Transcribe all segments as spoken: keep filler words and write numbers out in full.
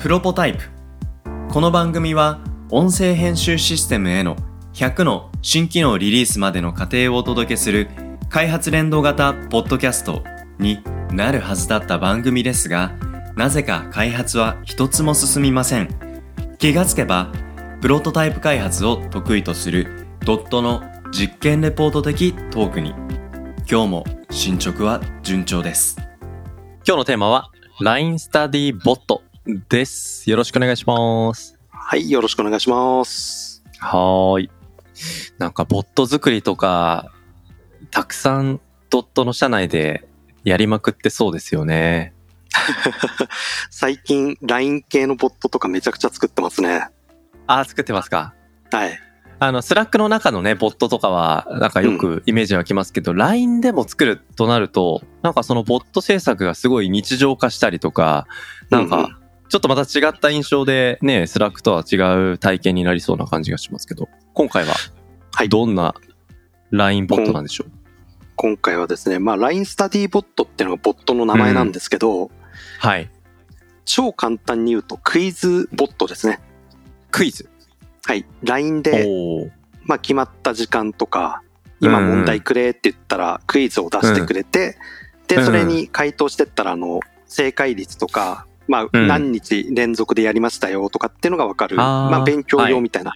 プロポタイプ。この番組は音声編集システムへのひゃくの新機能リリースまでの過程をお届けする開発連動型ポッドキャストになるはずだった番組ですが、なぜか開発は一つも進みません。気がつけばプロトタイプ開発を得意とするドットの実験レポート的トークに、今日も進捗は順調です。 今日のテーマは ライン スタディボットです。よろしくお願いします。 はい、よろしくお願いします。 はーい。なんかボット作りとかたくさんドットの社内でやりまくってそうですよね。 最近 ライン 系のボットとかめちゃくちゃ作ってますね。 あ、作ってますか。 はい。 あのスラックの中のねボットとかはなんかよくイメージ湧きますけど、うん、ライン でも作るとなるとなんかそのボット制作がすごい日常化したりとか、なんかちょっとまた違った印象でね、スラックとは違う体験になりそうな感じがしますけど、今回はどんな ライン ボットなんでしょう。 今回はですね、まあ ライン スタディボットっていうのがボットの名前なんですけど、うん、 はい。 超簡単に言うとクイズボットですね。 クイズ。 はい。ライン で、まあ決まった時間とか、今問題くれって言ったらクイズを出してくれて、うん、で、それに回答してったら、あの、正解率とか、まあ何日連続でやりましたよとかっていうのがわかる。うん、まあ勉強用みたいな。はい、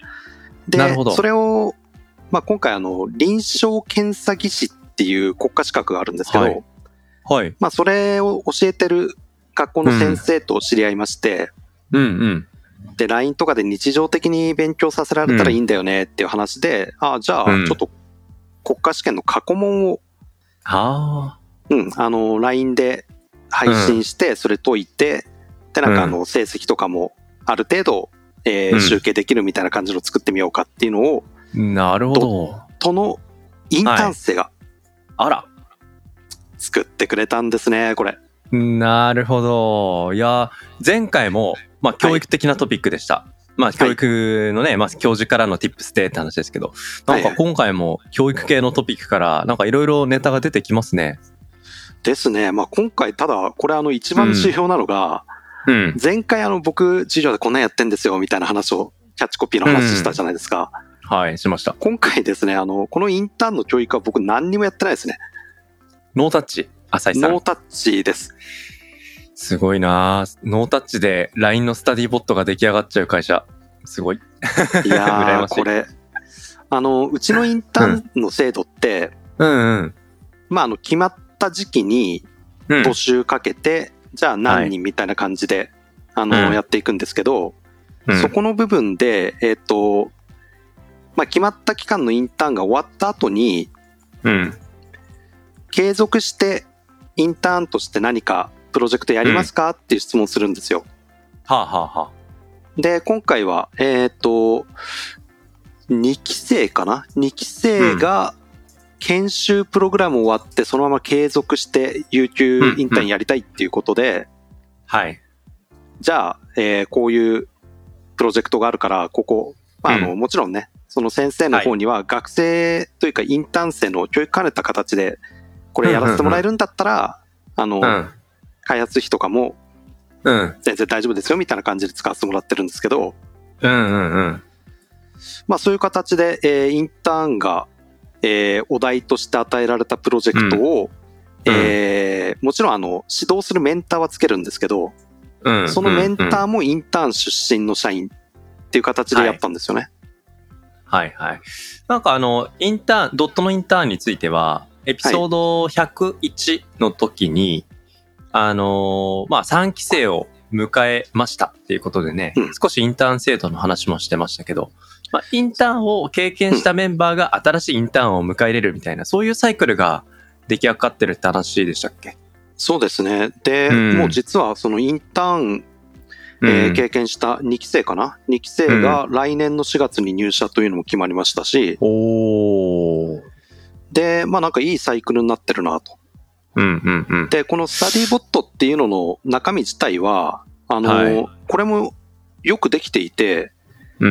で、なるほど。それを、まあ今回あの、臨床検査技師っていう国家資格があるんですけど、はい。はい、まあそれを教えてる学校の先生と知り合いまして、うん、うんうんで、ライン とかで日常的に勉強させられたらいいんだよねっていう話で、うん、ああ、じゃあ、ちょっと国家試験の過去問を、はうん、あの、ライン で配信して、それ解いて、うん、で、なんかあの、成績とかもある程度、えーうん、集計できるみたいな感じの作ってみようかっていうのを、 なるほど。 とのインターン生が、はい、あら、作ってくれたんですね、これ。 なるほど。いや、前回も、まあ、教育的なトピックでした。はい、まあ、教育のね、はい、まあ、教授からの tips でって話ですけど、なんか今回も教育系のトピックから、なんかいろいろネタが出てきますね。 ですね。まあ、今回、ただ、これあの、一番重要なのが、うん、前回あの、僕、授業でこんなんやってんですよ、みたいな話を、キャッチコピーの話したじゃないですか。 うん、はい、しました。 今回ですね、あの、このインターンの教育は僕何にもやってないですね。 ノータッチ、浅井さん。 ノータッチです。 すごいなぁ。ノータッチで ライン のスタディボットが出来上がっちゃう会社。すごい。 いやー、これ、あの、うちのインターンの制度って、うん、うんうん。まあ、あの、決まった時期に募集かけて、うん、じゃあ何人みたいな感じで、はい、あの、うん、やっていくんですけど、うん、そこの部分で、えっと、まあ、決まった期間のインターンが終わった後に、うん。継続してインターンとして何かプロジェクトやりますか、うん、っていう質問するんですよ。 はあ、はあはあ、 で、今回は、えっと、にき生かな ?に 期生が研修プログラム終わってそのまま継続して有給インターンやりたいっていうことで、うんうん、はい。じゃあ、えー、こういうプロジェクトがあるから、ここ、まあ、あの、うん、もちろんね、その先生の方には学生というかインターン生の教育兼ねた形で、これやらせてもらえるんだったら、あの、うん、開発費とかも、全然大丈夫ですよみたいな感じで使わせてもらってるんですけど、うんうんうん。まあそういう形で、えー、インターンが、えー、お題として与えられたプロジェクトを、うん、えー、もちろんあの、指導するメンターはつけるんですけど、うん、そのメンターもインターン出身の社員っていう形でやったんですよね。 はい、はい、はい。なんかあの、インターン、ドットのインターンについては、エピソードひゃくいちの時に、はい、あのー、まあ、さんき生を迎えましたっていうことでね、うん、少しインターン制度の話もしてましたけど、まあ、インターンを経験したメンバーが新しいインターンを迎え入れるみたいな、そういうサイクルが出来上がってるって話でしたっけ？ そうですね。で、うん、もう実はそのインターン、えーうん、経験したにき生かな ?に 期生が来年のしがつに入社というのも決まりましたし、うん、おー。で、まあなんかいいサイクルになってるなと。うんうんうん。で、このスタディボットっていうのの中身自体は、あの、はい、これもよくできていて、うん、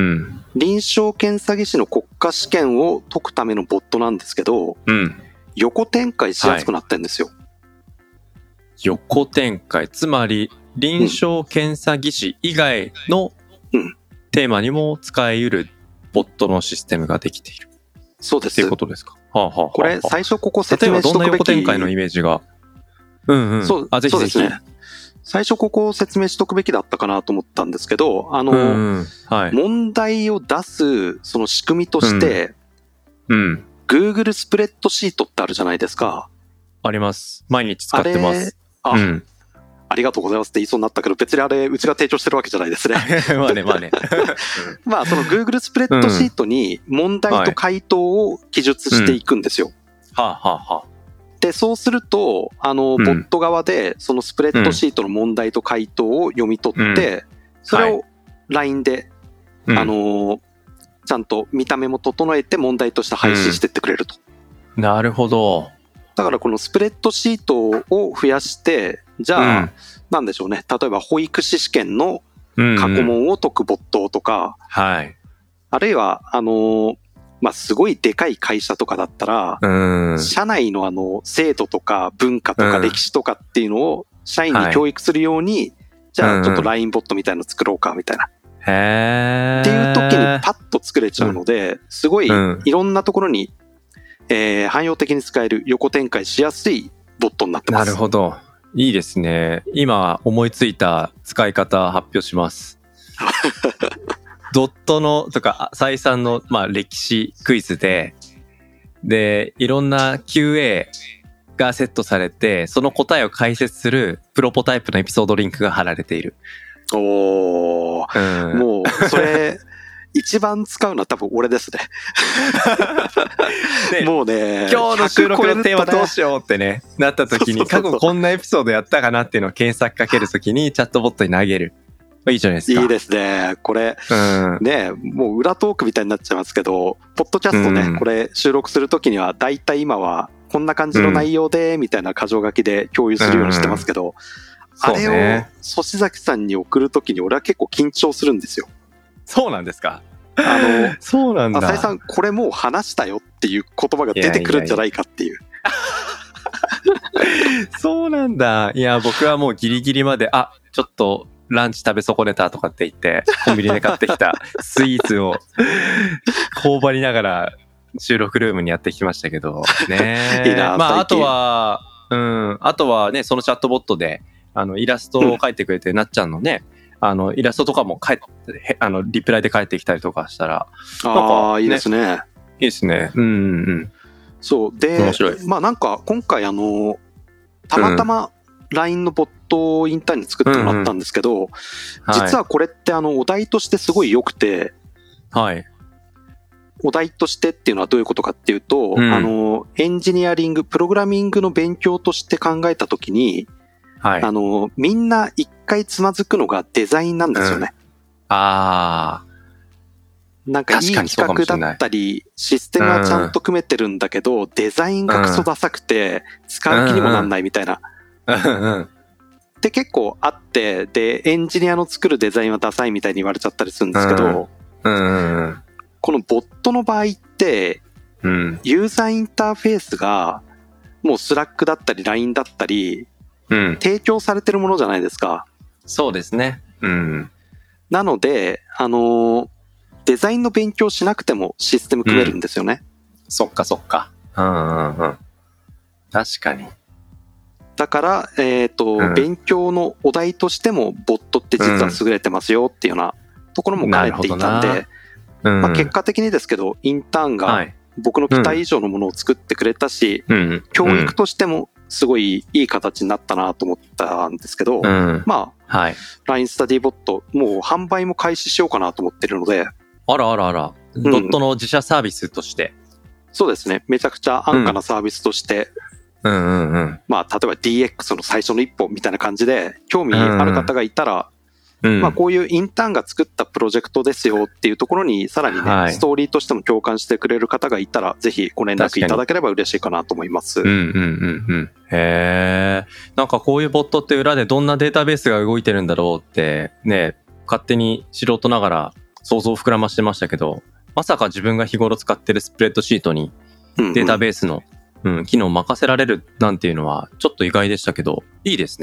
臨床検査技師の国家試験を解くためのボットなんですけど、うん、横展開しやすくなってるんですよ。 はい、横展開、つまり臨床検査技師以外のテーマにも使えうるボットのシステムができている。 そうです。 っていうことですか。はあはあはあ、 これ最初ここ説明しとくべき。 例えばどんな横展開のイメージが。うんうん。 そう、 あ、ぜひぜひ。 そうですね。最初ここを説明しとくべきだったかなと思ったんですけど、あの、 うんうん、はい、 問題を出すその仕組みとして、 うんうん、 Google スプレッドシートってあるじゃないですか。 あります。毎日使ってます。 あ、うん、ありがとうございますって言いそうになったけど、別にあれ、うちが提供してるわけじゃないですね。 まあね、まあね。 まあ、その Google スプレッドシートに問題と回答を記述していくんですよ。 うん、はあ、はあはあ、で、 そうすると、あの、ボット側で、そのスプレッドシートの問題と回答を読み取って、うん、それを ライン で、はい、あの、ちゃんと見た目も整えて問題として配信してってくれると。 うん、なるほど。 だからこのスプレッドシートを増やして、じゃあ、うん、なんでしょうね。例えば保育士試験の過去問を解くボットとか、 うんうん、はい。 あるいは、あの、まあ、すごいでかい会社とかだったら、 うん、 社内のあの、制度とか文化とか歴史とかっていうのを社員に教育するように、はい、じゃあちょっと ライン ボットみたいなの作ろうかみたいな。 へー。 っていう時にパッと作れちゃうので、すごいいろんなところに、えー、汎用的に使える横展開しやすいボットになってます。 なるほど。いいですね。今思いついた使い方発表します。ドットのとか再三の、まあ、歴史クイズで、で、いろんな キューエー がセットされて、その答えを解説するプロポタイプのエピソードリンクが貼られている。 おー、うん、もう、それ、一番使うのは多分俺ですね。ねもうね、 今日の収録のテーマどうしようってね、なった時に、過去こんなエピソードやったかなっていうのを検索かける時にチャットボットに投げる。いいじゃないですか。 いいですね。これ、うん、ね、もう裏トークみたいになっちゃいますけど、ポッドキャストね、うん、これ収録するときには、だいたい今は、こんな感じの内容で、みたいな箇条書きで共有するようにしてますけど、うん、あれを、粗志崎さんに送るときに、俺は結構緊張するんですよ。 そうなんですか。 あの、 そうなんだ。 浅井さん、これもう話したよっていう言葉が出てくるんじゃないかっていう。いやいやいやそうなんだ。いや、僕はもうギリギリまで、あ、ちょっと、ランチ食べ損ねたとかって言って、コンビニで買ってきたスイーツを頬張りながら収録ルームにやってきましたけど、ね。 いいな、 まあ、あとは、うん、あとはね、そのチャットボットで、あの、イラストを描いてくれて、うん、なっちゃんのね、あの、イラストとかも帰って、あの、リプライで返ってきたりとかしたら、 ああ、ね、いいですね。 いいですね。うんうんうん。 そう。で、面白い。まあなんか、今回あの、たまたま、ライン のボットをインターンに作ってもらったんですけど、うんうんはい、実はこれってあのお題としてすごい良くて、 はい、 お題としてっていうのはどういうことかっていうと、うん、あのエンジニアリング、プログラミングの勉強として考えたときに、はい、あのみんな一回つまずくのがデザインなんですよね。 うん、ああ。 なんかいい企画だったり、システムはちゃんと組めてるんだけど、うん、デザインがクソダサくて使う気にもなんないみたいな。 うんうん、 で結構あって、で、エンジニアの作るデザインはダサいみたいに言われちゃったりするんですけど、 うんうんうん、 このボットの場合って、 うん、 ユーザーインターフェースがもうスラックだったり ライン だったり、 うん、 提供されてるものじゃないですか。 そうですね。うん、 なので、あのー、デザインの勉強しなくてもシステム組めるんですよね。 うん、そっかそっか。うんうんうん。確かに。 だから、えっと、うん、勉強のお題としても、ボットって実は優れてますよっていうようなところも書いていたんで、 うんまあ、結果的にですけど、インターンが僕の期待以上のものを作ってくれたし、 うん、 教育としてもすごいいい形になったなと思ったんですけど、 うん、 まあ、 はい、 ライン スタディボット、もう販売も開始しようかなと思ってるので、 あらあらあら、ドットの自社サービスとして、 うん、そうですね、めちゃくちゃ安価なサービスとして、 うんうんうん、 まあ、例えば ディーエックス の最初の一歩みたいな感じで、興味ある方がいたら、 うん、 まあ、こういうインターンが作ったプロジェクトですよっていうところに、さらにね、はい、ストーリーとしても共感してくれる方がいたら、ぜひご連絡いただければ嬉しいかなと思います。 うんうんうんうん。へー。なんかこういうボットって裏でどんなデータベースが動いてるんだろうって、ね、勝手に素人ながら想像を膨らましてましたけど、まさか自分が日頃使ってるスプレッドシートにデータベースの、うんうんうん、機能を任せられるなんていうのはちょっと意外でしたけど、いいですね。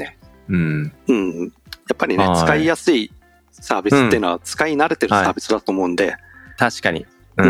うん。 うん。やっぱりね、使いやすいサービスっていうのは使い慣れてるサービスだと思うんで。うん、 確かに。うん。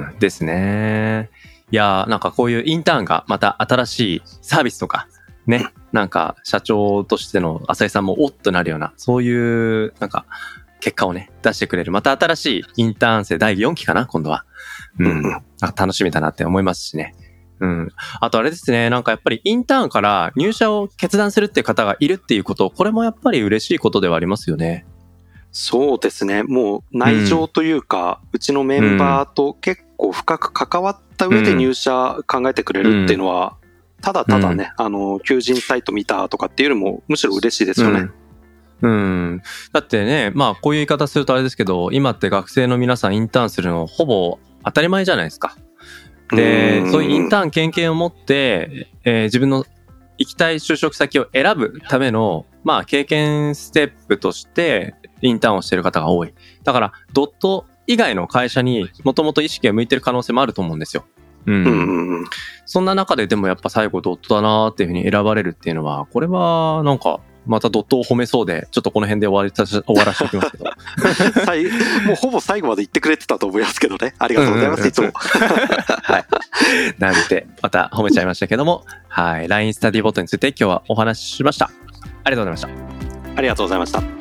うん、ですね。いやー、なんかこういうインターンがまた新しいサービスとか、ね、なんか社長としての浅井さんもおっとなるような、そういうなんか結果をね、出してくれる。また新しいインターン生だいよんきかな、今度は。うん。うん、あ、楽しみだなって思いますしね。うん。あとあれですね、なんかやっぱりインターンから入社を決断するっていう方がいるっていうこと、これもやっぱり嬉しいことではありますよね。 そうですね。もう内情というか、うん、うちのメンバーと結構深く関わった上で入社考えてくれるっていうのは、うん、ただただね、うん、あの、求人サイト見たとかっていうよりも、むしろ嬉しいですよね。 うん。うん、だってね、まあこういう言い方するとあれですけど、今って学生の皆さんインターンするのほぼ当たり前じゃないですか。で、そういうインターン経験を持って、えー、自分の行きたい就職先を選ぶための、まあ経験ステップとしてインターンをしている方が多い。だからドット以外の会社にもともと意識が向いてる可能性もあると思うんですよ。うん。うんうん、そんな中ででもやっぱ最後ドットだなーっていうふうに選ばれるっていうのは、これはなんかまたドットを褒めそうで、ちょっとこの辺で終わりたし終わらせておきますけど。 もうほぼ最後まで言ってくれてたと思いますけどね。ありがとうございます、いつも。 はい。なんて、また褒めちゃいましたけども、はい。ライン スタディボットについて今日はお話ししました。ありがとうございました。 ありがとうございました。